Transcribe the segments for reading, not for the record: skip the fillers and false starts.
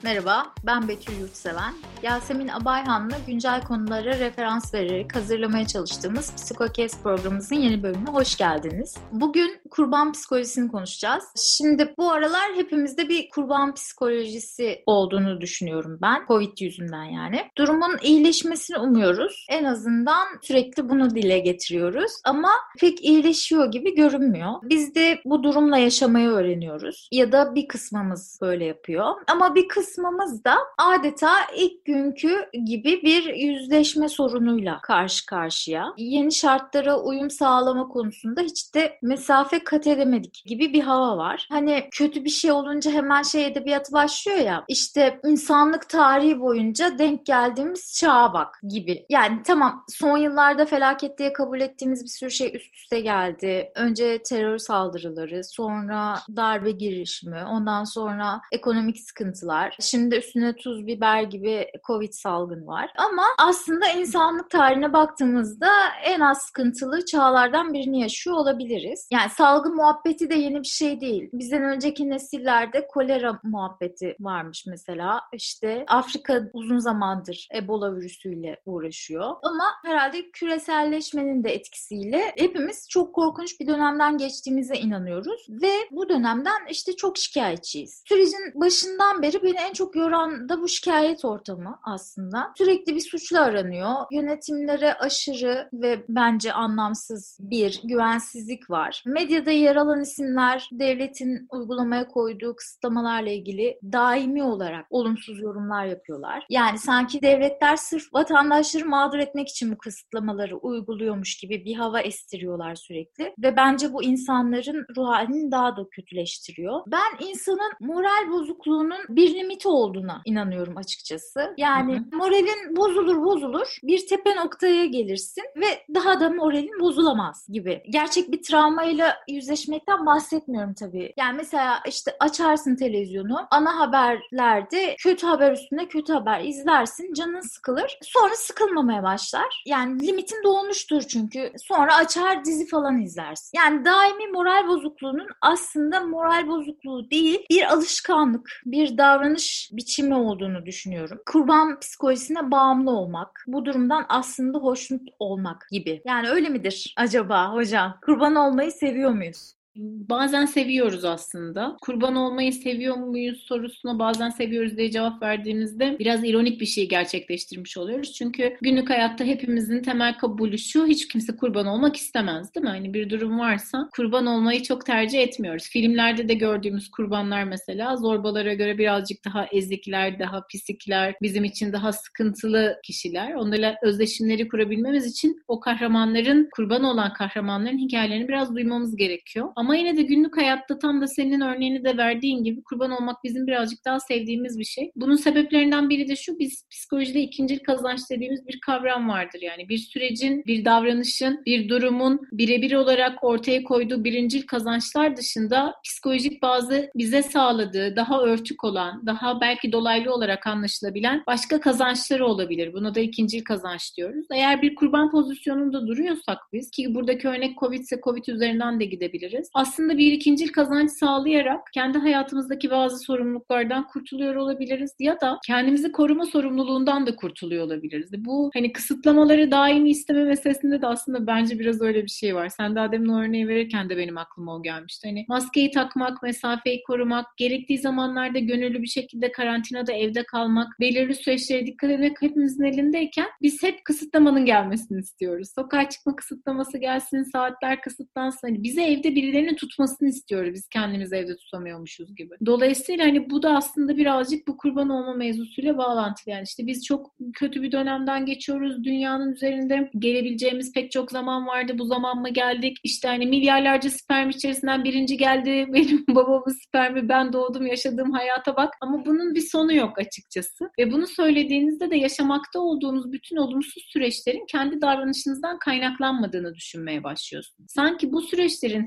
Merhaba, ben Betül Yurtseven. Yasemin Abayhan'la güncel konulara referans vererek hazırlamaya çalıştığımız Psikokez programımızın yeni bölümüne hoş geldiniz. Bugün kurban psikolojisini konuşacağız. Şimdi bu aralar hepimizde bir kurban psikolojisi olduğunu düşünüyorum ben. Covid yüzünden yani. Durumun iyileşmesini umuyoruz. En azından sürekli bunu dile getiriyoruz. Ama pek iyileşiyor gibi görünmüyor. Biz de bu durumla yaşamayı öğreniyoruz. Ya da bir kısmımız böyle yapıyor. Ama bir kısmımız da adeta ilk günkü gibi bir yüzleşme sorunuyla karşı karşıya. Yeni şartlara uyum sağlama konusunda hiç de mesafe kat edemedik gibi bir hava var. Hani kötü bir şey olunca hemen edebiyatı başlıyor ya. İşte insanlık tarihi boyunca denk geldiğimiz çağa bak gibi. Yani tamam, son yıllarda felaket diye kabul ettiğimiz bir sürü şey üst üste geldi. Önce terör saldırıları, sonra darbe girişimi, ondan sonra ekonomik sıkıntılar. Şimdi üstüne tuz biber gibi Covid salgını var. Ama aslında insanlık tarihine baktığımızda en az sıkıntılı çağlardan birini yaşıyor olabiliriz. Yani salgın muhabbeti de yeni bir şey değil. Bizden önceki nesillerde kolera muhabbeti varmış mesela. İşte Afrika uzun zamandır Ebola virüsüyle uğraşıyor. Ama herhalde küreselleşmenin de etkisiyle hepimiz çok korkunç bir dönemden geçtiğimize inanıyoruz. Ve bu dönemden işte çok şikayetçiyiz. Sürecin başından beri beni en çok yoran da bu şikayet ortamı aslında. Sürekli bir suçlu aranıyor. Yönetimlere aşırı ve bence anlamsız bir güvensizlik var. Medyada yer alan isimler devletin uygulamaya koyduğu kısıtlamalarla ilgili daimi olarak olumsuz yorumlar yapıyorlar. Yani sanki devletler sırf vatandaşları mağdur etmek için bu kısıtlamaları uyguluyormuş gibi bir hava estiriyorlar sürekli. Ve bence bu insanların ruh halini daha da kötüleştiriyor. Ben insanın moral bozukluğunun bir limiti olduğuna inanıyorum açıkçası. Yani moralin bozulur, bir tepe noktaya gelirsin ve daha da moralin bozulamaz gibi. Gerçek bir travmayla yüzleşmekten bahsetmiyorum tabii. Yani mesela işte açarsın televizyonu, ana haberlerde kötü haber üstüne kötü haber izlersin, canın sıkılır. Sonra sıkılmamaya başlar. Yani limitin dolmuştur çünkü. Sonra açar dizi falan izlersin. Yani daimi moral bozukluğunun aslında moral bozukluğu değil, bir alışkanlık, bir davranış biçimi olduğunu düşünüyorum. Kurban psikolojisine bağımlı olmak, bu durumdan aslında hoşnut olmak gibi. Yani öyle midir acaba hocam? Kurban olmayı seviyor muyuz? Bazen seviyoruz aslında. Kurban olmayı seviyor muyuz sorusuna bazen seviyoruz diye cevap verdiğimizde biraz ironik bir şey gerçekleştirmiş oluyoruz. Çünkü günlük hayatta hepimizin temel kabulü şu: hiç kimse kurban olmak istemez, değil mi? Hani bir durum varsa kurban olmayı çok tercih etmiyoruz. Filmlerde de gördüğümüz kurbanlar mesela zorbalara göre birazcık daha ezikler, daha pisikler, bizim için daha sıkıntılı kişiler. Onlarla özdeşimleri kurabilmemiz için o kahramanların, kurban olan kahramanların hikayelerini biraz duymamız gerekiyor. Ama yine de günlük hayatta tam da senin örneğini de verdiğin gibi kurban olmak bizim birazcık daha sevdiğimiz bir şey. Bunun sebeplerinden biri de şu: biz psikolojide ikincil kazanç dediğimiz bir kavram vardır. Yani bir sürecin, bir davranışın, bir durumun birebir olarak ortaya koyduğu birincil kazançlar dışında psikolojik bazı bize sağladığı, daha örtük olan, daha belki dolaylı olarak anlaşılabilen başka kazançları olabilir. Buna da ikincil kazanç diyoruz. Eğer bir kurban pozisyonunda duruyorsak biz, ki buradaki örnek Covid ise Covid üzerinden de gidebiliriz, aslında bir ikincil kazanç sağlayarak kendi hayatımızdaki bazı sorumluluklardan kurtuluyor olabiliriz ya da kendimizi koruma sorumluluğundan da kurtuluyor olabiliriz. Bu hani kısıtlamaları daimi isteme meselesinde de aslında bence biraz öyle bir şey var. Sen daha demin o örneği verirken de benim aklıma o gelmişti. Hani maskeyi takmak, mesafeyi korumak, gerektiği zamanlarda gönüllü bir şekilde karantinada evde kalmak, belirli süreçlere dikkat etmek hepimizin elindeyken biz hep kısıtlamanın gelmesini istiyoruz. Sokağa çıkma kısıtlaması gelsin, saatler kısıtlansın. Hani bize evde birilerinin tutmasını istiyoruz. Biz kendimizi evde tutamıyormuşuz gibi. Dolayısıyla hani bu da aslında birazcık bu kurban olma mevzusuyla bağlantılı. Yani işte biz çok kötü bir dönemden geçiyoruz. Dünyanın üzerinde gelebileceğimiz pek çok zaman vardı. Bu zaman mı geldik? İşte hani milyarlarca sperm içerisinden birinci geldi. Benim babamın spermi, ben doğdum, yaşadığım hayata bak. Ama bunun bir sonu yok açıkçası. Ve bunu söylediğinizde de yaşamakta olduğunuz bütün olumsuz süreçlerin kendi davranışınızdan kaynaklanmadığını düşünmeye başlıyorsunuz. Sanki bu süreçlerin hepsi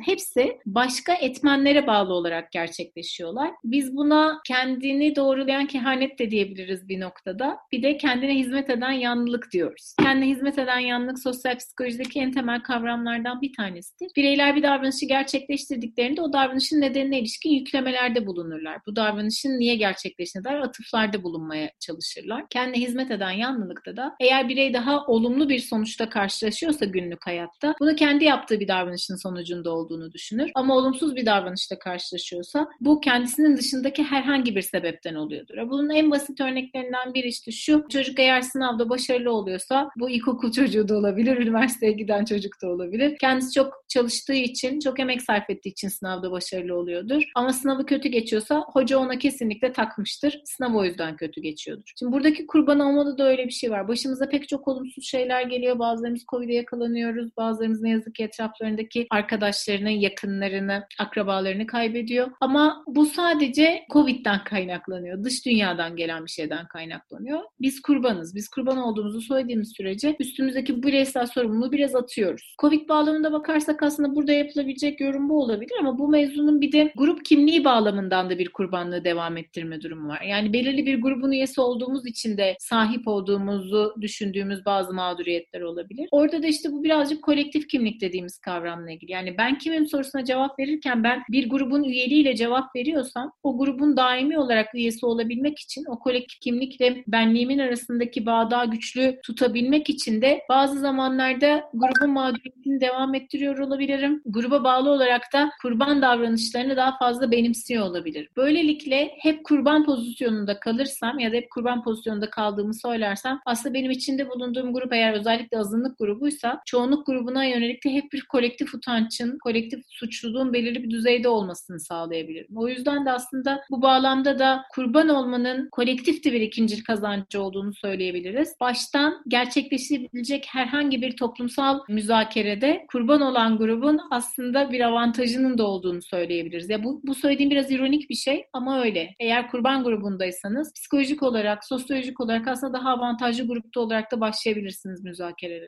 de başka etmenlere bağlı olarak gerçekleşiyorlar. Biz buna kendini doğrulayan kehanet de diyebiliriz bir noktada. Bir de kendine hizmet eden yanlılık diyoruz. Kendine hizmet eden yanlılık sosyal psikolojideki en temel kavramlardan bir tanesidir. Bireyler bir davranışı gerçekleştirdiklerinde o davranışın nedenine ilişkin yüklemelerde bulunurlar. Bu davranışın niye gerçekleştiğine dair atıflarda bulunmaya çalışırlar. Kendine hizmet eden yanlılıkta da eğer birey daha olumlu bir sonuçta karşılaşıyorsa günlük hayatta bunu kendi yaptığı bir davranışın sonucunda olduğunu düşünür. Ama olumsuz bir davranışta karşılaşıyorsa bu kendisinin dışındaki herhangi bir sebepten oluyordur. Bunun en basit örneklerinden biri işte şu: çocuk eğer sınavda başarılı oluyorsa bu ilkokul çocuğu da olabilir, üniversiteye giden çocuk da olabilir. Kendisi çok çalıştığı için, çok emek sarf ettiği için sınavda başarılı oluyordur. Ama sınavı kötü geçiyorsa hoca ona kesinlikle takmıştır. Sınav o yüzden kötü geçiyordur. Şimdi buradaki kurban olmada da öyle bir şey var. Başımıza pek çok olumsuz şeyler geliyor. Bazılarımız Covid'e yakalanıyoruz. Bazılarımız ne yazık ki etraflarındaki arkadaşlarını, yakınlarını, akrabalarını kaybediyor. Ama bu sadece Covid'den kaynaklanıyor. Dış dünyadan gelen bir şeyden kaynaklanıyor. Biz kurbanız. Biz kurban olduğumuzu söylediğimiz sürece üstümüzdeki bireysel sorumluluğu biraz atıyoruz. Covid bağlamında bakarsak aslında burada yapılabilecek yorum bu olabilir ama bu mevzunun bir de grup kimliği bağlamından da bir kurbanlığı devam ettirme durumu var. Yani belirli bir grubun üyesi olduğumuz için de sahip olduğumuzu düşündüğümüz bazı mağduriyetler olabilir. Orada da işte bu birazcık kolektif kimlik dediğimiz kavramla ilgili. Yani ben kimim sorusuna cevap verirken ben bir grubun üyeliğiyle cevap veriyorsam o grubun daimi olarak üyesi olabilmek için o kolektif kimlikle benliğimin arasındaki bağı daha güçlü tutabilmek için de bazı zamanlarda grubun mağduriyetini devam ettiriyor olabilirim. Gruba bağlı olarak da kurban davranışlarını daha fazla benimsiyor olabilir. Böylelikle hep kurban pozisyonunda kalırsam ya da hep kurban pozisyonunda kaldığımı söylersem aslında benim içinde bulunduğum grup eğer özellikle azınlık grubuysa çoğunluk grubuna yönelik de hep bir kolektif utançın, kolektif suçluluğun belirli bir düzeyde olmasını sağlayabilirim. O yüzden de aslında bu bağlamda da kurban olmanın kolektif de bir ikincil kazancı olduğunu söyleyebiliriz. Baştan gerçekleşebilecek herhangi bir toplumsal müzakerede kurban olan grubun aslında bir avantajının da olduğunu söyleyebiliriz. Ya bu söylediğim biraz ironik bir şey ama öyle. Eğer kurban grubundaysanız psikolojik olarak, sosyolojik olarak aslında daha avantajlı grupta olarak da başlayabilirsiniz müzakerelere.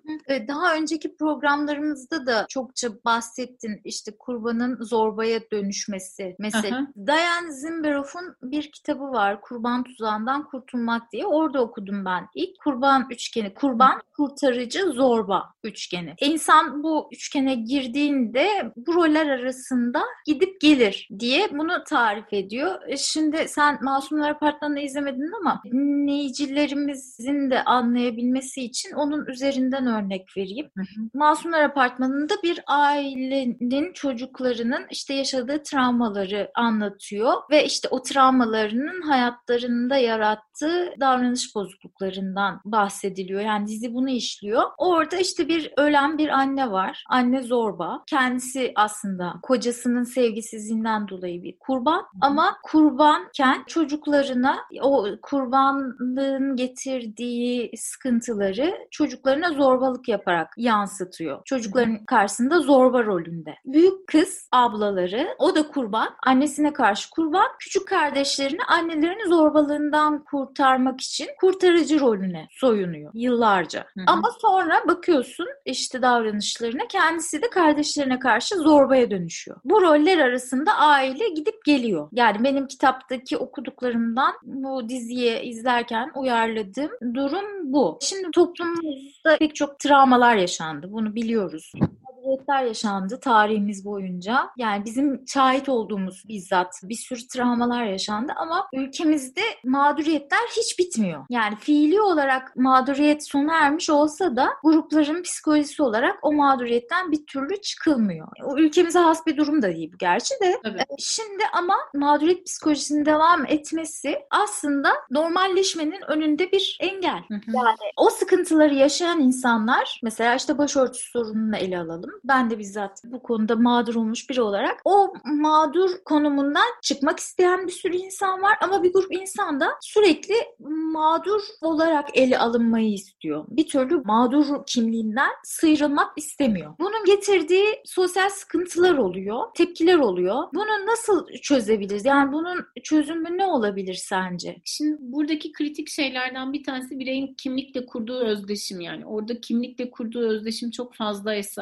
Daha önceki programlarımızda da çokça bahsettin işte kurbanın zorbaya dönüşmesi mesela. Diane Zimberoff'un bir kitabı var, Kurban Tuzağından Kurtulmak diye. Orada okudum ben ilk. Kurban üçgeni, kurban, kurtarıcı, zorba üçgeni. İnsan bu üçgene girdiğinde bu roller arasında gidip gelir diye bunu tarif ediyor. Şimdi sen Masumlar Apartmanı'nı izlemedin ama dinleyicilerimizin de anlayabilmesi için onun üzerinden örnek vereyim. Masumlar Apartmanı'nda bir ailenin çocuklarının işte yaşadığı travmaları anlatıyor ve işte o travmalarının hayatlarında yarattığı davranış bozukluklarından bahsediliyor. Yani dizi bunu işliyor. Orada işte bir ölen bir anne var. Anne zorba. Kendisi aslında kocasının sevgisizliğinden dolayı bir kurban ama kurbanken çocuklarına o kurbanlığın getirdiği sıkıntıları çocuklarına zorbalık yaparak yansıtıyor. Çocukların karşısında zorba rolünde. Büyük kız ablaları, o da kurban, annesine karşı kurban, küçük kardeşlerini annelerini zorbalığından kurtarmak için kurtarıcı rolüne soyunuyor yıllarca. Ama sonra bakıyorsun işte davranışlarına, kendisi de kardeşlerine karşı zorbaya dönüşüyor. Bu roller arasında aile gidip geliyor. Yani benim kitaptaki okuduklarımdan bu diziyi izlerken uyarladığım durum bu. Şimdi toplumumuzda pek çok travmalar yaşandı. Bunu biliyoruz. Mağduriyetler yaşandı tarihimiz boyunca. Yani bizim şahit olduğumuz bizzat bir sürü travmalar yaşandı ama ülkemizde mağduriyetler hiç bitmiyor. Yani fiili olarak mağduriyet sona ermiş olsa da grupların psikolojisi olarak o mağduriyetten bir türlü çıkılmıyor. O ülkemize has bir durum da değil bu gerçi de. Evet. Şimdi ama mağduriyet psikolojisinin devam etmesi aslında normalleşmenin önünde bir engel. Yani o sıkıntıları yaşayan insanlar, mesela işte başörtüsü sorununu ele alalım. Ben de bizzat bu konuda mağdur olmuş biri olarak o mağdur konumundan çıkmak isteyen bir sürü insan var ama bir grup insan da sürekli mağdur olarak ele alınmayı istiyor. Bir türlü mağdur kimliğinden sıyrılmak istemiyor. Bunun getirdiği sosyal sıkıntılar oluyor, tepkiler oluyor. Bunu nasıl çözebiliriz? Yani bunun çözümü ne olabilir sence? Şimdi buradaki kritik şeylerden bir tanesi bireyin kimlikle kurduğu özdeşim yani. Orada kimlikle kurduğu özdeşim çok fazlaysa, birey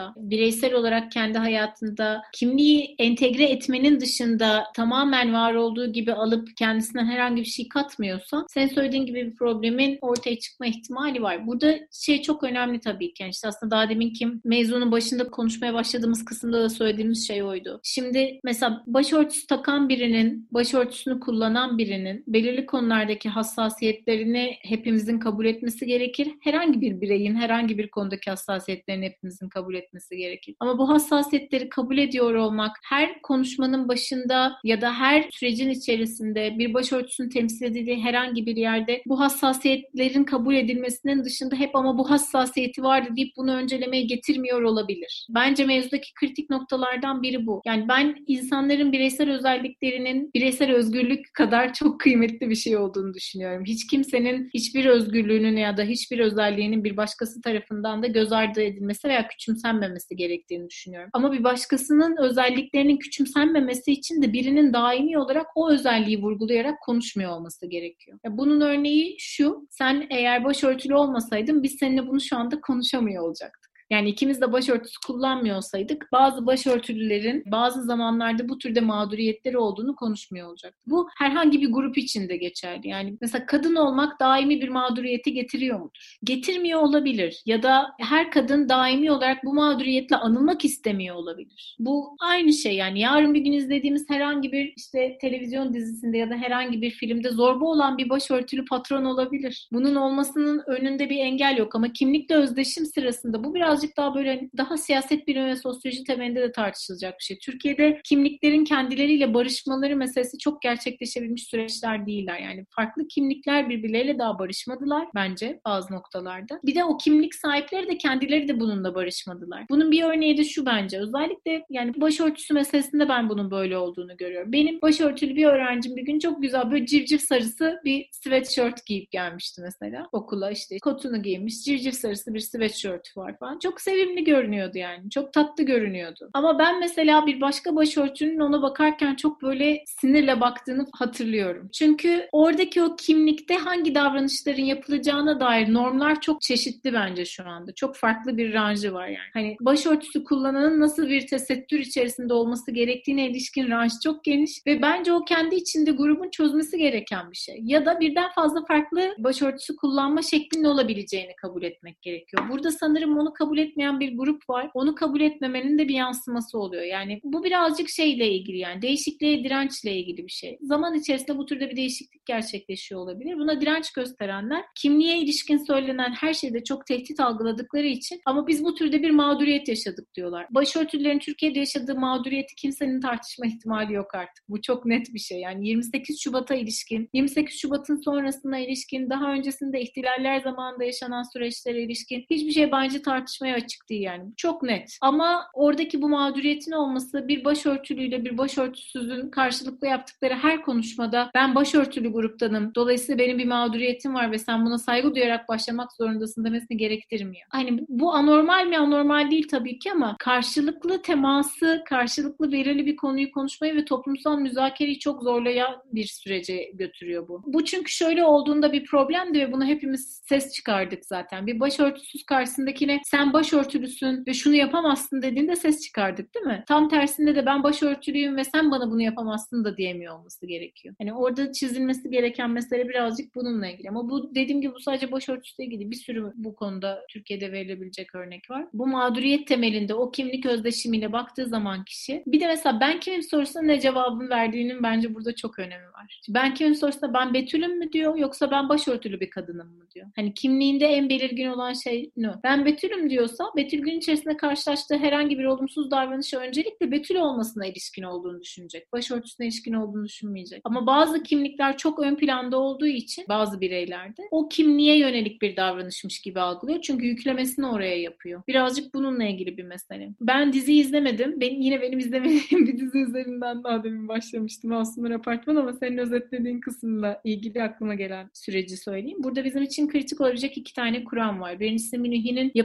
bireysel olarak kendi hayatında kimliği entegre etmenin dışında tamamen var olduğu gibi alıp kendisinden herhangi bir şey katmıyorsa senin söylediğin gibi bir problemin ortaya çıkma ihtimali var. Burada çok önemli tabii ki. Yani işte aslında daha deminki mevzunun başında konuşmaya başladığımız kısımda da söylediğimiz şey oydu. Şimdi mesela başörtüsü takan birinin, başörtüsünü kullanan birinin belirli konulardaki hassasiyetlerini hepimizin kabul etmesi gerekir. Herhangi bir bireyin herhangi bir konudaki hassasiyetlerini hepimizin kabul etmesi gerekir. Ama bu hassasiyetleri kabul ediyor olmak her konuşmanın başında ya da her sürecin içerisinde bir başörtüsünün temsil edildiği herhangi bir yerde bu hassasiyetlerin kabul edilmesinin dışında hep ama bu hassasiyeti vardı deyip bunu öncelemeye getirmiyor olabilir. Bence mevzudaki kritik noktalardan biri bu. Yani ben insanların bireysel özelliklerinin bireysel özgürlük kadar çok kıymetli bir şey olduğunu düşünüyorum. Hiç kimsenin hiçbir özgürlüğünün ya da hiçbir özelliğinin bir başkası tarafından da göz ardı edilmesi veya küçümsenmemesi gerektiğini düşünüyorum. Ama bir başkasının özelliklerinin küçümsenmemesi için de birinin daimi olarak o özelliği vurgulayarak konuşmuyor olması gerekiyor. Bunun örneği şu: sen eğer başörtülü olmasaydın biz seninle bunu şu anda konuşamıyor olacaktık. Yani ikimiz de başörtüsü kullanmıyor olsaydık bazı başörtülülerin bazı zamanlarda bu türde mağduriyetleri olduğunu konuşmuyor olacaktık. Bu herhangi bir grup için de geçerli. Yani mesela kadın olmak daimi bir mağduriyeti getiriyor mudur? Getirmiyor olabilir. Ya da her kadın daimi olarak bu mağduriyetle anılmak istemiyor olabilir. Bu aynı şey. Yani yarın bir gün izlediğimiz herhangi bir televizyon dizisinde ya da herhangi bir filmde zorba olan bir başörtülü patron olabilir. Bunun olmasının önünde bir engel yok ama kimlikle özdeşim sırasında bu birazcık daha böyle daha siyaset bilimi ve sosyoloji temelinde de tartışılacak bir şey. Türkiye'de kimliklerin kendileriyle barışmaları meselesi çok gerçekleşebilmiş süreçler değiller. Yani farklı kimlikler birbirleriyle daha barışmadılar bence bazı noktalarda. Bir de o kimlik sahipleri de kendileri de bununla barışmadılar. Bunun bir örneği de şu bence. Özellikle yani başörtüsü meselesinde ben bunun böyle olduğunu görüyorum. Benim başörtülü bir öğrencim bir gün çok güzel böyle civciv sarısı bir sweatshirt giyip gelmişti mesela okula, kotunu giymiş, civciv sarısı bir sweatshirt var falan. Çok sevimli görünüyordu yani. Çok tatlı görünüyordu. Ama ben mesela bir başka başörtünün ona bakarken çok böyle sinirle baktığını hatırlıyorum. Çünkü oradaki o kimlikte hangi davranışların yapılacağına dair normlar çok çeşitli bence şu anda. Çok farklı bir ranjı var yani. Hani başörtüsü kullananın nasıl bir tesettür içerisinde olması gerektiğine ilişkin ranj çok geniş ve bence o kendi içinde grubun çözmesi gereken bir şey. Ya da birden fazla farklı başörtüsü kullanma şeklinin olabileceğini kabul etmek gerekiyor. Burada sanırım onu kabul etmeyen bir grup var. Onu kabul etmemenin de bir yansıması oluyor. Yani bu birazcık şeyle ilgili, yani değişikliğe dirençle ilgili bir şey. Zaman içerisinde bu türde bir değişiklik gerçekleşiyor olabilir. Buna direnç gösterenler kimliğe ilişkin söylenen her şeyde çok tehdit algıladıkları için ama biz bu türde bir mağduriyet yaşadık diyorlar. Başörtülerin Türkiye'de yaşadığı mağduriyeti kimsenin tartışma ihtimali yok artık. Bu çok net bir şey. Yani 28 Şubat'a ilişkin, 28 Şubat'ın sonrasına ilişkin, daha öncesinde ihtilaller zamanında yaşanan süreçlere ilişkin hiçbir şey bence tartışmaya açık değil yani. Çok net. Ama oradaki bu mağduriyetin olması bir başörtülüyle bir başörtüsüzün karşılıklı yaptıkları her konuşmada ben başörtülü gruptanım, dolayısıyla benim bir mağduriyetim var ve sen buna saygı duyarak başlamak zorundasın demesini gerektirmiyor. Hani bu anormal mi? Anormal değil tabii ki ama karşılıklı teması, karşılıklı belirli bir konuyu konuşmayı ve toplumsal müzakereyi çok zorlayan bir sürece götürüyor bu. Bu çünkü şöyle olduğunda bir problemdi ve buna hepimiz ses çıkardık zaten. Bir başörtüsüz karşısındakine sen başörtülüsün ve şunu yapamazsın dediğinde ses çıkardık değil mi? Tam tersinde de ben başörtülüyüm ve sen bana bunu yapamazsın da diyemiyor olması gerekiyor. Hani orada çizilmesi gereken mesele birazcık bununla ilgili. Ama bu dediğim gibi bu sadece başörtüsüyle ilgili. Bir sürü bu konuda Türkiye'de verilebilecek örnek var. Bu mağduriyet temelinde o kimlik özdeşimiyle baktığı zaman kişi, bir de mesela ben kimim sorusuna ne cevabını verdiğinin bence burada çok önemi var. Ben kimim sorusuna ben Betül'üm mü diyor yoksa ben başörtülü bir kadınım mı diyor. Hani kimliğinde en belirgin olan şey ne? Ben Betül'üm diyorsa Betül gün içerisinde karşılaştığı herhangi bir olumsuz davranışı öncelikle Betül olmasına ilişkin olduğunu düşünecek. Başörtüsüne ilişkin olduğunu düşünmeyecek. Ama bazı kimlikler çok ön planda olduğu için bazı bireylerde o kimliğe yönelik bir davranışmış gibi algılıyor. Çünkü yüklemesini oraya yapıyor. Birazcık bununla ilgili bir mesele. Ben dizi izlemedim. Benim izlemediğim bir dizi üzerinden daha demin başlamıştım. Masumlar Apartmanı ama senin özetlediğin kısımla ilgili aklıma gelen süreci söyleyeyim. Burada bizim için kritik olabilecek iki tane kuram var. Birincisi Minuhin'in yapısal aile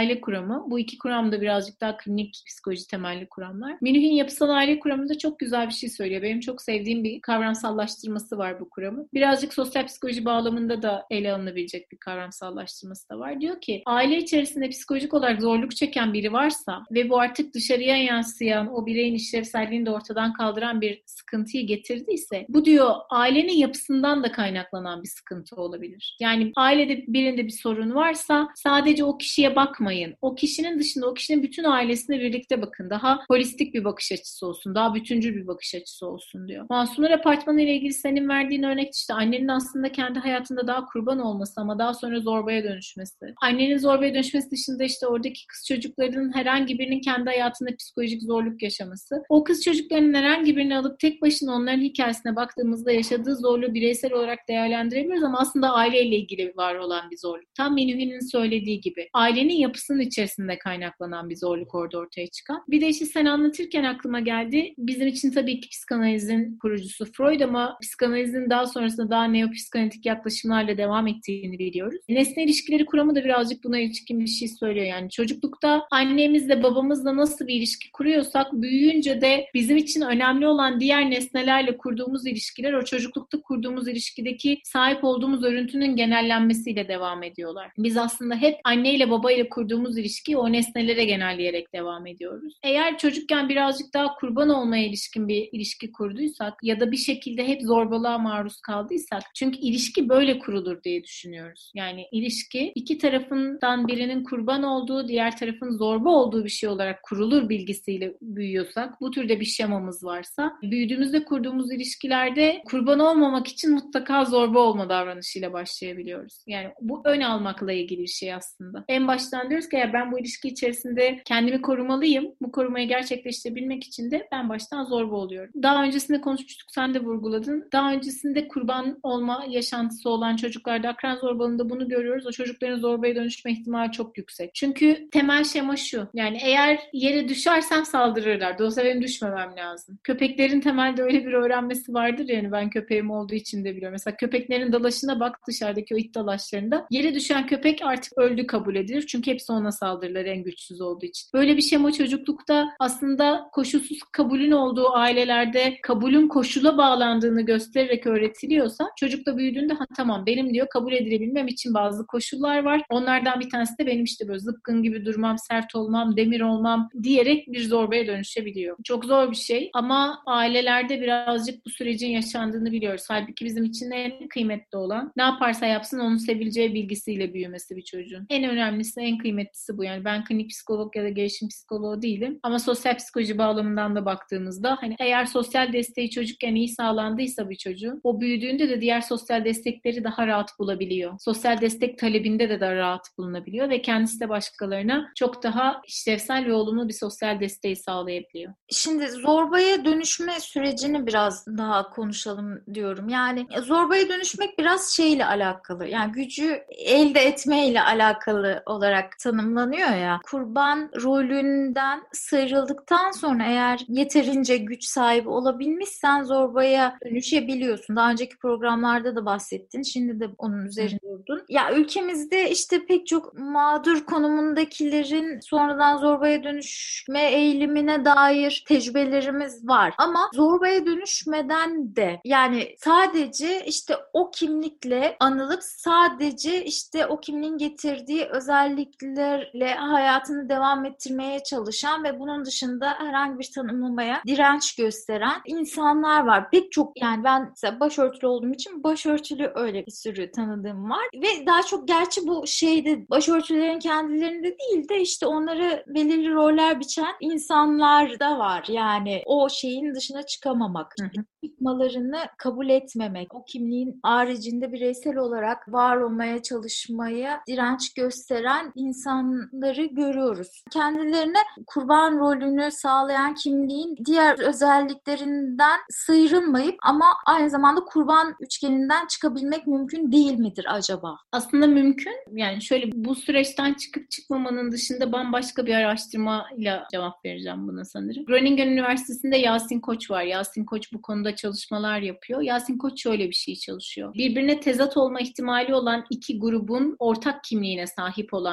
aile kuramı. Bu iki kuram da birazcık daha klinik psikoloji temelli kuramlar. Minuhin yapısal aile kuramında çok güzel bir şey söylüyor. Benim çok sevdiğim bir kavramsallaştırması var bu kuramın. Birazcık sosyal psikoloji bağlamında da ele alınabilecek bir kavramsallaştırması da var. Diyor ki aile içerisinde psikolojik olarak zorluk çeken biri varsa ve bu artık dışarıya yansıyan, o bireyin işlevselliğini de ortadan kaldıran bir sıkıntıyı getirdiyse bu diyor ailenin yapısından da kaynaklanan bir sıkıntı olabilir. Yani ailede birinde bir sorun varsa sadece o kişiye bakmayın. O kişinin dışında o kişinin bütün ailesine birlikte bakın. Daha holistik bir bakış açısı olsun. Daha bütüncül bir bakış açısı olsun diyor. Masumlar Apartmanı ile ilgili senin verdiğin örnek işte annenin aslında kendi hayatında daha kurban olması ama daha sonra zorbaya dönüşmesi. Annenin zorbaya dönüşmesi dışında işte oradaki kız çocuklarının herhangi birinin kendi hayatında psikolojik zorluk yaşaması. O kız çocuklarının herhangi birini alıp tek başına onların hikayesine baktığımızda yaşadığı zorluğu bireysel olarak değerlendirebiliyoruz ama aslında aileyle ilgili var olan bir zorluk. Tam Minuhin'in söylediği gibi. Ailenin yapısının içerisinde kaynaklanan bir zorluk orada ortaya çıkan. Bir de işte sen anlatırken aklıma geldi. Bizim için tabii ki psikanalizin kurucusu Freud ama psikanalizin daha sonrasında daha neopsikanalitik yaklaşımlarla devam ettiğini biliyoruz. Nesne ilişkileri kuramı da birazcık buna ilişkin bir şey söylüyor. Yani çocuklukta annemizle babamızla nasıl bir ilişki kuruyorsak büyüyünce de bizim için önemli olan diğer nesnelerle kurduğumuz ilişkiler o çocuklukta kurduğumuz ilişkideki sahip olduğumuz örüntünün genellenmesiyle devam ediyorlar. Biz aslında hep anneyle babayla kurduğumuz ilişkiyi o nesnelere genelleyerek devam ediyoruz. Eğer çocukken birazcık daha kurban olmaya ilişkin bir ilişki kurduysak ya da bir şekilde hep zorbalığa maruz kaldıysak çünkü ilişki böyle kurulur diye düşünüyoruz. Yani ilişki iki tarafından birinin kurban olduğu, diğer tarafın zorba olduğu bir şey olarak kurulur bilgisiyle büyüyorsak, bu türde bir şemamız varsa, büyüdüğümüzde kurduğumuz ilişkilerde kurban olmamak için mutlaka zorba olma davranışıyla başlayabiliyoruz. Yani bu ön almakla ilgili bir şey aslında. En baştan diyoruz ki ya ben bu ilişki içerisinde kendimi korumalıyım. Bu korumayı gerçekleştirebilmek için de ben baştan zorba oluyorum. Daha öncesinde konuşmuştuk, sen de vurguladın. Daha öncesinde kurban olma yaşantısı olan çocuklarda akran zorbalığında bunu görüyoruz. O çocukların zorbaya dönüşme ihtimali çok yüksek. Çünkü temel şema şu. Yani eğer yere düşersem saldırırlar. Dolayısıyla benim düşmemem lazım. Köpeklerin temelde öyle bir öğrenmesi vardır yani ben köpeğim olduğu için de biliyorum. Mesela köpeklerin dalaşına bak dışarıdaki o it dalaşlarında. Yere düşen köpek artık öldü kabul edilir. Çünkü hepsi ona saldırırlar en güçsüz olduğu için. Böyle bir şema çocuklukta aslında koşulsuz kabulün olduğu ailelerde kabulün koşula bağlandığını göstererek öğretiliyorsa çocuk da büyüdüğünde ha tamam benim diyor kabul edilebilmem için bazı koşullar var. Onlardan bir tanesi de benim işte böyle zıpkın gibi durmam, sert olmam, demir olmam diyerek bir zorbaya dönüşebiliyor. Çok zor bir şey ama ailelerde birazcık bu sürecin yaşandığını biliyoruz. Halbuki bizim için en kıymetli olan ne yaparsa yapsın onun sevileceği bilgisiyle büyümesi bir çocuğun. En önemlisi, en kıymetlisi bu. Yani ben klinik psikolog ya da gelişim psikoloğu değilim ama sosyal psikoloji bağlamından da baktığımızda hani eğer sosyal desteği çocukken iyi sağlandıysa bir çocuğun o büyüdüğünde de diğer sosyal destekleri daha rahat bulabiliyor. Sosyal destek talebinde de daha rahat bulunabiliyor ve kendisi de başkalarına çok daha işlevsel ve olumlu bir sosyal desteği sağlayabiliyor. Şimdi zorbaya dönüşme sürecini biraz daha konuşalım diyorum. Yani zorbaya dönüşmek biraz şeyle alakalı. Yani gücü elde etmeyle alakalı olarak tanımlanıyor ya. Kurban rolünden sıyrıldıktan sonra eğer yeterince güç sahibi olabilmişsen zorbaya dönüşebiliyorsun. Daha önceki programlarda da bahsettin. Şimdi de onun üzerinde durdun. Ya ülkemizde işte pek çok mağdur konumundakilerin sonradan zorbaya dönüşme eğilimine dair tecrübelerimiz var. Ama zorbaya dönüşmeden de yani sadece işte o kimlikle anılıp sadece işte o kimliğin getirdiği özelliklerle hayatını devam ettirmeye çalışan ve bunun dışında herhangi bir tanımlamaya direnç gösteren insanlar var. Pek çok yani ben mesela başörtülü olduğum için başörtülü öyle bir sürü tanıdığım var ve daha çok gerçi bu şeyde başörtülerin kendilerinde değil de işte onları belirli roller biçen insanlar da var. Yani o şeyin dışına çıkamamak, çıkmalarını kabul etmemek, o kimliğin haricinde bireysel olarak var olmaya çalışmaya direnç gösteren insanları görüyoruz. Kendilerine kurban rolünü sağlayan kimliğin diğer özelliklerinden sıyrılmayıp ama aynı zamanda kurban üçgeninden çıkabilmek mümkün değil midir acaba? Aslında mümkün. Yani şöyle bu süreçten çıkıp çıkmamanın dışında bambaşka bir araştırmayla cevap vereceğim buna sanırım. Groningen Üniversitesi'nde Yasin Koç var. Yasin Koç bu konuda çalışmalar yapıyor. Yasin Koç şöyle bir şey çalışıyor. Birbirine tezat olma ihtimali olan iki grubun ortak kimliğine sahip olan gruplar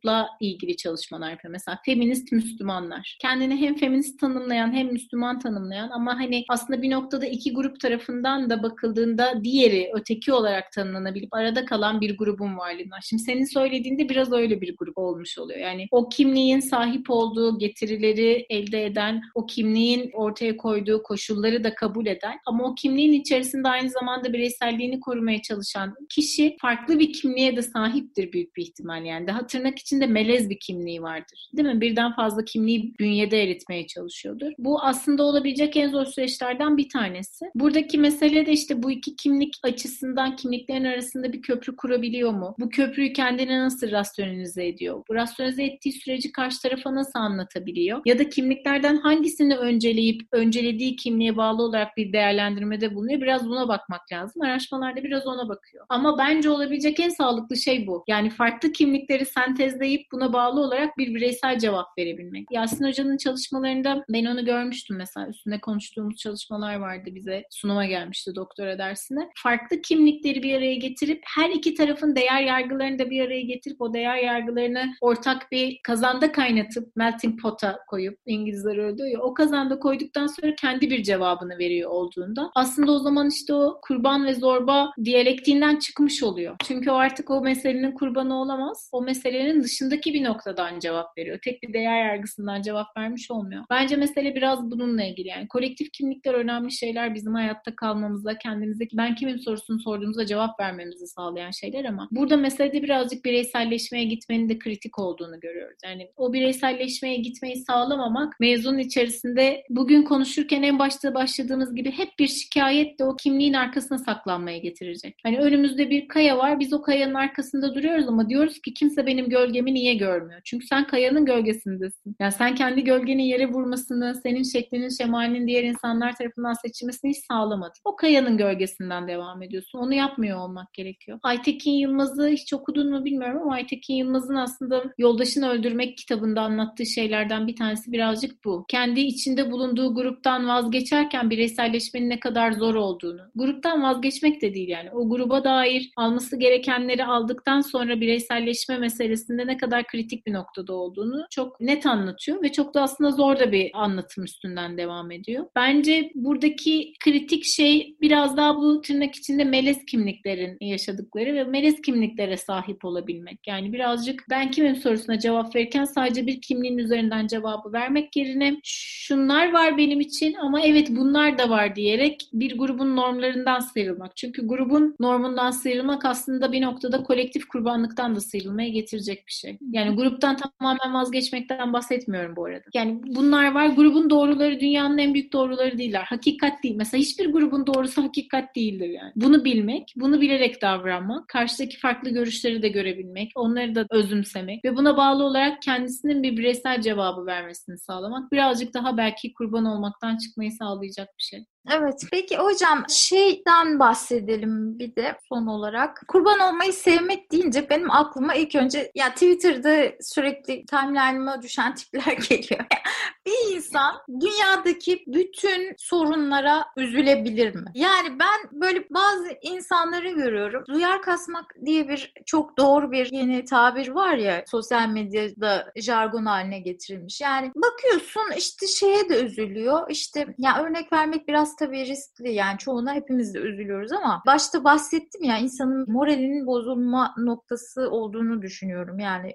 grupla ilgili çalışmalar yapıyor. Mesela feminist Müslümanlar. Kendini hem feminist tanımlayan hem Müslüman tanımlayan ama hani aslında bir noktada iki grup tarafından da bakıldığında diğeri öteki olarak tanımlanabilip arada kalan bir grubun varlığından. Şimdi senin söylediğinde biraz öyle bir grup olmuş oluyor. Yani o kimliğin sahip olduğu getirileri elde eden, o kimliğin ortaya koyduğu koşulları da kabul eden ama o kimliğin içerisinde aynı zamanda bireyselliğini korumaya çalışan kişi farklı bir kimliğe de sahiptir büyük bir ihtimal. Yani daha tırnak içinde melez bir kimliği vardır. Değil mi? Birden fazla kimliği bünyede eritmeye çalışıyordur. Bu aslında olabilecek en zor süreçlerden bir tanesi. Buradaki mesele de işte bu iki kimlik açısından kimliklerin arasında bir köprü kurabiliyor mu? Bu köprüyü kendine nasıl rasyonelize ediyor? Bu rasyonelize ettiği süreci karşı tarafa nasıl anlatabiliyor? Ya da kimliklerden hangisini önceleyip öncelediği kimliğe bağlı olarak bir değerlendirmede bulunuyor? Biraz buna bakmak lazım. Araştırmalarda biraz ona bakıyor. Ama bence olabilecek en sağlıklı şey bu. Yani farklı kimlikleri sentezleyip buna bağlı olarak bir bireysel cevap verebilmek. Yasin Hoca'nın çalışmalarında ben onu görmüştüm mesela. Üstünde konuştuğumuz çalışmalar vardı, bize sunuma gelmişti doktora dersine. Farklı kimlikleri bir araya getirip her iki tarafın değer yargılarını da bir araya getirip o değer yargılarını ortak bir kazanda kaynatıp melting pot'a koyup, İngilizler öyle diyor ya, o kazanda koyduktan sonra kendi bir cevabını veriyor olduğunda aslında o zaman işte o kurban ve zorba diyalektiğinden çıkmış oluyor. Çünkü o artık o meselenin kurbanı olamaz. O meselenin dışındaki bir noktadan cevap veriyor. Tek bir değer yargısından cevap vermiş olmuyor. Bence mesele biraz bununla ilgili. Yani kolektif kimlikler önemli şeyler, bizim hayatta kalmamızda, kendimize ben kimim sorusunu sorduğumuzda cevap vermemizi sağlayan şeyler ama burada meselede birazcık bireyselleşmeye gitmenin de kritik olduğunu görüyoruz. Yani o bireyselleşmeye gitmeyi sağlamamak mevzunun içerisinde bugün konuşurken en başta başladığımız gibi hep bir şikayetle o kimliğin arkasına saklanmaya getirecek. Hani önümüzde bir kaya var, biz o kayanın arkasında duruyoruz ama diyoruz ki kimse benim gölgemi niye görmüyor? Çünkü sen kayanın gölgesindesin. Yani sen kendi gölgenin yere vurmasını, senin şeklinin, şemalinin diğer insanlar tarafından seçilmesini hiç sağlamadın. O kayanın gölgesinden devam ediyorsun. Onu yapmıyor olmak gerekiyor. Aytekin Yılmaz'ı hiç okudun mu bilmiyorum ama Aytekin Yılmaz'ın aslında Yoldaşını Öldürmek kitabında anlattığı şeylerden bir tanesi birazcık bu. Kendi içinde bulunduğu gruptan vazgeçerken bireyselleşmenin ne kadar zor olduğunu. Gruptan vazgeçmek de değil yani. O gruba dair alması gerekenleri aldıktan sonra bireyselleşme meselesinde ne kadar kritik bir noktada olduğunu çok net anlatıyor ve çok da aslında zor da bir anlatım üstünden devam ediyor. Bence buradaki kritik şey biraz daha bu tırnak içinde melez kimliklerin yaşadıkları ve melez kimliklere sahip olabilmek. Yani birazcık ben kimim sorusuna cevap verirken sadece bir kimliğin üzerinden cevabı vermek yerine şunlar var benim için ama evet bunlar da var diyerek bir grubun normlarından sıyrılmak. Çünkü grubun normundan sıyrılmak aslında bir noktada kolektif kurbanlıktan da sıyrılmaya getirecek bir şey. Yani gruptan tamamen vazgeçmekten bahsetmiyorum bu arada. Yani bunlar var. Grubun doğruları dünyanın en büyük doğruları değiller. Hakikat değil. Mesela hiçbir grubun doğrusu hakikat değildir yani. Bunu bilmek, bunu bilerek davranmak, karşıdaki farklı görüşleri de görebilmek, onları da özümsemek ve buna bağlı olarak kendisinin bir bireysel cevabı vermesini sağlamak birazcık daha belki kurban olmaktan çıkmayı sağlayacak bir şey. Evet. Peki hocam şeyden bahsedelim bir de son olarak. Kurban olmayı sevmek deyince benim aklıma ilk önce ya Twitter'da sürekli timeline'ıma düşen tipler geliyor. Bir insan dünyadaki bütün sorunlara üzülebilir mi? Yani ben böyle bazı insanları görüyorum. Duyar kasmak diye bir çok doğru bir yeni tabir var ya, sosyal medyada jargon haline getirilmiş. Yani bakıyorsun işte şeye de üzülüyor. İşte ya örnek vermek biraz tabii riskli, yani çoğuna hepimiz de üzülüyoruz ama başta bahsettim ya, insanın moralinin bozulma noktası olduğunu düşünüyorum. Yani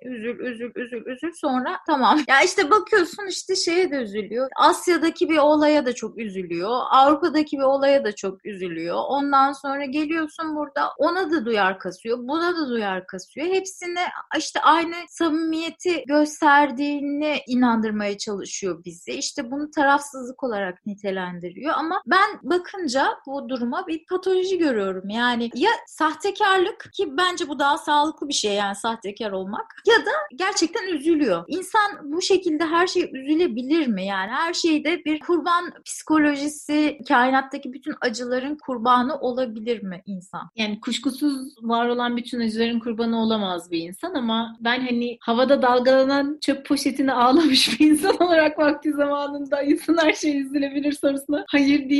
üzül sonra tamam. Ya işte bakıyorsun işte şeye de üzülüyor. Asya'daki bir olaya da çok üzülüyor. Avrupa'daki bir olaya da çok üzülüyor. Ondan sonra geliyorsun burada ona da duyar kasıyor. Buna da duyar kasıyor. Hepsine işte aynı samimiyeti gösterdiğini inandırmaya çalışıyor bizi. İşte bunu tarafsızlık olarak nitelendiriyor ama ben bakınca bu duruma bir patoloji görüyorum. Yani ya sahtekarlık, ki bence bu daha sağlıklı bir şey yani sahtekar olmak, ya da gerçekten üzülüyor. İnsan bu şekilde her şeye üzülebilir mi? Yani her şeyde bir kurban psikolojisi, kainattaki bütün acıların kurbanı olabilir mi insan? Yani kuşkusuz var olan bütün acıların kurbanı olamaz bir insan ama ben hani havada dalgalanan çöp poşetine ağlamış bir insan olarak vakti zamanında insan her şeye üzülebilir sorusuna hayır diye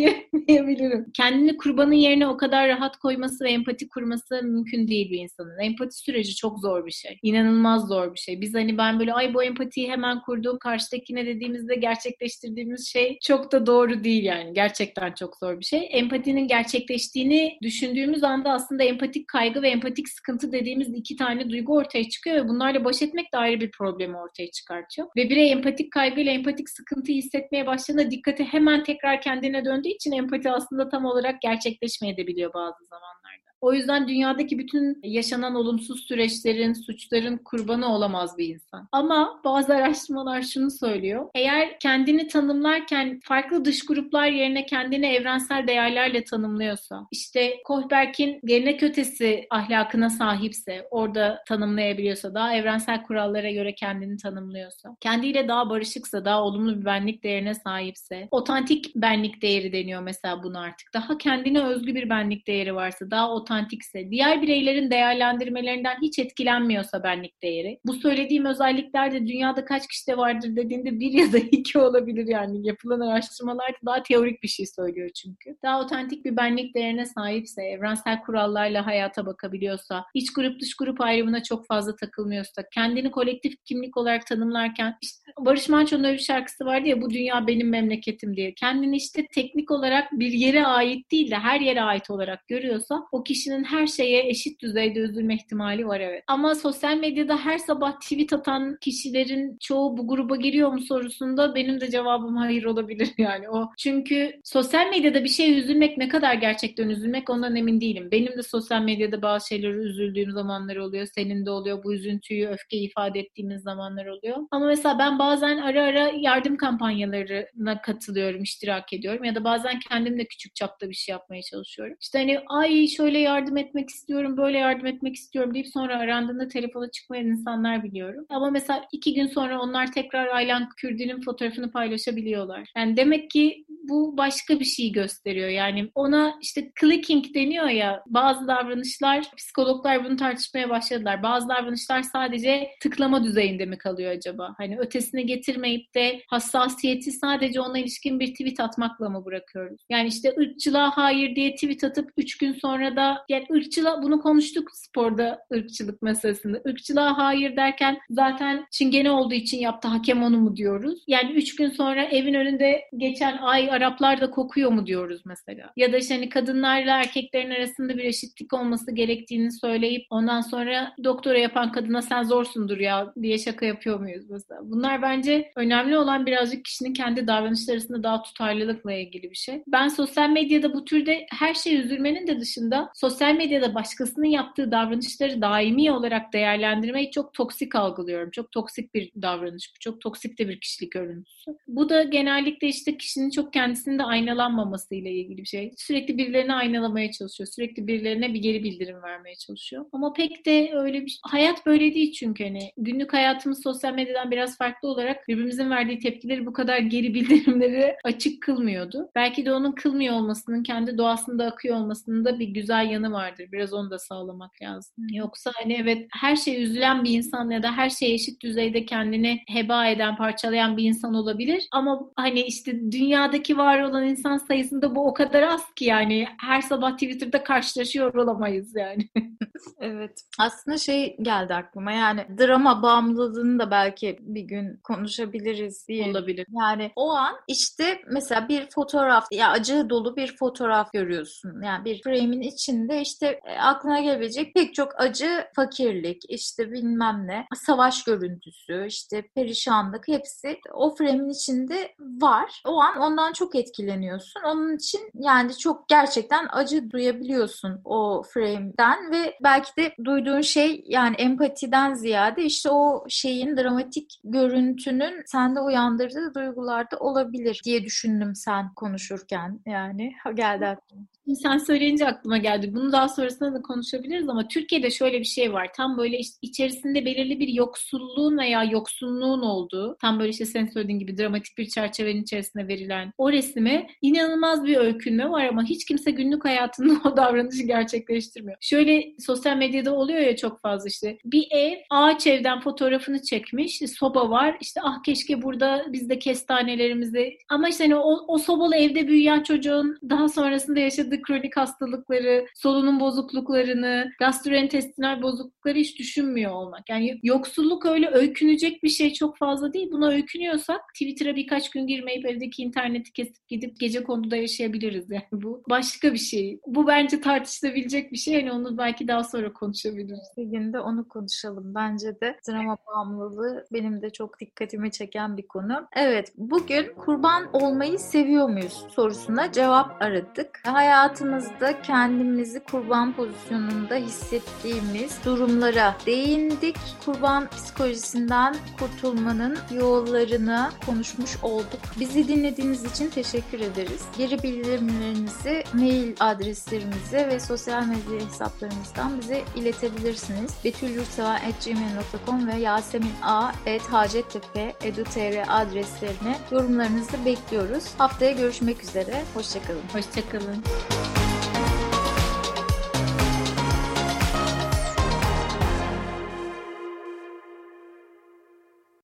diyebilirim. Kendini kurbanın yerine o kadar rahat koyması ve empati kurması mümkün değil bir insanın. Empati süreci çok zor bir şey. İnanılmaz zor bir şey. Biz hani ben böyle bu empatiyi hemen kurduğum karşıdakine dediğimizde gerçekleştirdiğimiz şey çok da doğru değil yani. Gerçekten çok zor bir şey. Empatinin gerçekleştiğini düşündüğümüz anda aslında empatik kaygı ve empatik sıkıntı dediğimiz iki tane duygu ortaya çıkıyor ve bunlarla baş etmek de ayrı bir problemi ortaya çıkartıyor. Ve birey empatik kaygıyla empatik sıkıntıyı hissetmeye başladığında dikkati hemen tekrar kendine döndüğü için empati aslında tam olarak gerçekleşmeyebiliyor bazı zamanlarda. O yüzden dünyadaki bütün yaşanan olumsuz süreçlerin, suçların kurbanı olamaz bir insan. Ama bazı araştırmalar şunu söylüyor. Eğer kendini tanımlarken farklı dış gruplar yerine kendini evrensel değerlerle tanımlıyorsa, işte Kohlberg'in gelenek ötesi ahlakına sahipse, orada tanımlayabiliyorsa, daha evrensel kurallara göre kendini tanımlıyorsa, kendiyle daha barışıksa, daha olumlu bir benlik değerine sahipse, otantik benlik değeri deniyor mesela buna artık. Daha kendine özgü bir benlik değeri varsa, daha otantikse, diğer bireylerin değerlendirmelerinden hiç etkilenmiyorsa benlik değeri. Bu söylediğim özellikler de dünyada kaç kişide vardır dediğinde 1 ya da 2 olabilir yani. Yapılan araştırmalar daha teorik bir şey söylüyor çünkü. Daha otantik bir benlik değerine sahipse, evrensel kurallarla hayata bakabiliyorsa, iç grup dış grup ayrımına çok fazla takılmıyorsa, kendini kolektif kimlik olarak tanımlarken, işte Barış Manço'nun öyle bir şarkısı vardı ya, bu dünya benim memleketim diye. Kendini işte teknik olarak bir yere ait değil de her yere ait olarak görüyorsa, o kişinin her şeye eşit düzeyde üzülme ihtimali var, evet. Ama sosyal medyada her sabah tweet atan kişilerin çoğu bu gruba giriyor mu sorusunda benim de cevabım hayır olabilir yani o. Çünkü sosyal medyada bir şeye üzülmek ne kadar gerçekten üzülmek ondan emin değilim. Benim de sosyal medyada bazı şeyleri üzüldüğüm zamanlar oluyor. Senin de oluyor. Bu üzüntüyü, öfkeyi ifade ettiğimiz zamanlar oluyor. Ama mesela ben bazen ara ara yardım kampanyalarına katılıyorum, iştirak ediyorum. Ya da bazen kendim de küçük çapta bir şey yapmaya çalışıyorum. İşte hani ay şöyle yardım etmek istiyorum, böyle yardım etmek istiyorum deyip sonra arandığında telefona çıkmayan insanlar biliyorum. Ama mesela 2 gün sonra onlar tekrar Aylan Kürdi'nin fotoğrafını paylaşabiliyorlar. Yani demek ki bu başka bir şey gösteriyor. Yani ona işte clicking deniyor ya, bazı davranışlar, psikologlar bunu tartışmaya başladılar. Bazı davranışlar sadece tıklama düzeyinde mi kalıyor acaba? Hani ötesine getirmeyip de hassasiyeti sadece ona ilişkin bir tweet atmakla mı bırakıyoruz? Yani işte ırkçılığa hayır diye tweet atıp 3 gün sonra da yani bunu konuştuk sporda, ırkçılık meselesinde. Irkçılığa hayır derken zaten Çingene olduğu için yaptı, hakem onu mu diyoruz? Yani 3 gün sonra evin önünde geçen ay Araplar da kokuyor mu diyoruz mesela? Ya da işte hani kadınlarla erkeklerin arasında bir eşitlik olması gerektiğini söyleyip ondan sonra doktora yapan kadına sen zorsundur ya diye şaka yapıyor muyuz mesela? Bunlar bence önemli olan birazcık kişinin kendi davranışları arasında daha tutarlılıkla ilgili bir şey. Ben sosyal medyada bu türde her şey üzülmenin de dışında sosyal medyada başkasının yaptığı davranışları daimi olarak değerlendirmeyi çok toksik algılıyorum. Çok toksik bir davranış bu. Çok toksik de bir kişilik örüntüsü. Bu da genellikle işte kişinin çok kendisinin de aynalanmamasıyla ilgili bir şey. Sürekli birilerini aynalamaya çalışıyor. Sürekli birilerine bir geri bildirim vermeye çalışıyor. Ama pek de öyle bir hayat böyle değil çünkü hani günlük hayatımız sosyal medyadan biraz farklı olarak birbirimizin verdiği tepkileri bu kadar geri bildirimleri açık kılmıyordu. Belki de onun kılmıyor olmasının, kendi doğasında akıyor olmasının da bir güzel yanı vardır. Biraz onu da sağlamak lazım. Yoksa hani evet her şeye üzülen bir insan ya da her şeye eşit düzeyde kendini heba eden, parçalayan bir insan olabilir. Ama hani işte dünyadaki var olan insan sayısında bu o kadar az ki yani her sabah Twitter'da karşılaşıyor olamayız yani. Evet. Aslında şey geldi aklıma, yani drama bağımlılığını da belki bir gün konuşabiliriz diye. Olabilir. Yani o an işte mesela bir fotoğraf, ya acı dolu bir fotoğraf görüyorsun. Yani bir frame'in içinde işte aklına gelebilecek pek çok acı, fakirlik, işte bilmem ne, savaş görüntüsü, işte perişanlık, hepsi o frame'in içinde var. O an ondan çok etkileniyorsun. Onun için yani çok gerçekten acı duyabiliyorsun o frame'den ve belki de duyduğun şey yani empatiden ziyade işte o şeyin, dramatik görüntünün sende uyandırdığı duygularda olabilir diye düşündüm sen konuşurken, yani geldi aklıma. Sen söyleyince aklıma geldi. Bunu daha sonrasında da konuşabiliriz ama Türkiye'de şöyle bir şey var. Tam böyle işte içerisinde belirli bir yoksulluğun veya yoksunluğun olduğu, tam böyle işte sen söylediğin gibi dramatik bir çerçevenin içerisinde verilen, o o resime inanılmaz bir öykünme var ama hiç kimse günlük hayatında o davranışı gerçekleştirmiyor. Şöyle sosyal medyada oluyor ya çok fazla işte. Bir ev, ağaç evden fotoğrafını çekmiş. Soba var. İşte keşke burada biz de kestanelerimizi, ama işte hani o sobalı evde büyüyen çocuğun daha sonrasında yaşadığı kronik hastalıkları, solunum bozukluklarını, gastrointestinal bozuklukları hiç düşünmüyor olmak. Yani yoksulluk öyle öykünecek bir şey çok fazla değil. Buna öykünüyorsak Twitter'a birkaç gün girmeyip evdeki interneti kesip gidip gecekonduda yaşayabiliriz. Yani bu başka bir şey. Bu bence tartışılabilecek bir şey. Yani onu belki daha sonra konuşabiliriz. Bir gün de onu konuşalım. Bence de drama bağımlılığı benim de çok dikkatimi çeken bir konu. Evet, bugün kurban olmayı seviyor muyuz sorusuna cevap aradık. Hayatımızda kendimizi kurban pozisyonunda hissettiğimiz durumlara değindik. Kurban psikolojisinden kurtulmanın yollarını konuşmuş olduk. Bizi dinlediğiniz için teşekkür ederiz. Geri bildirimlerinizi mail adreslerimize ve sosyal medya hesaplarımızdan bize iletebilirsiniz. betülyurtseven@gmail.com ve yasemin.a@hacettepe.edu.tr adreslerine yorumlarınızı bekliyoruz. Haftaya görüşmek üzere. Hoşçakalın. Hoşçakalın.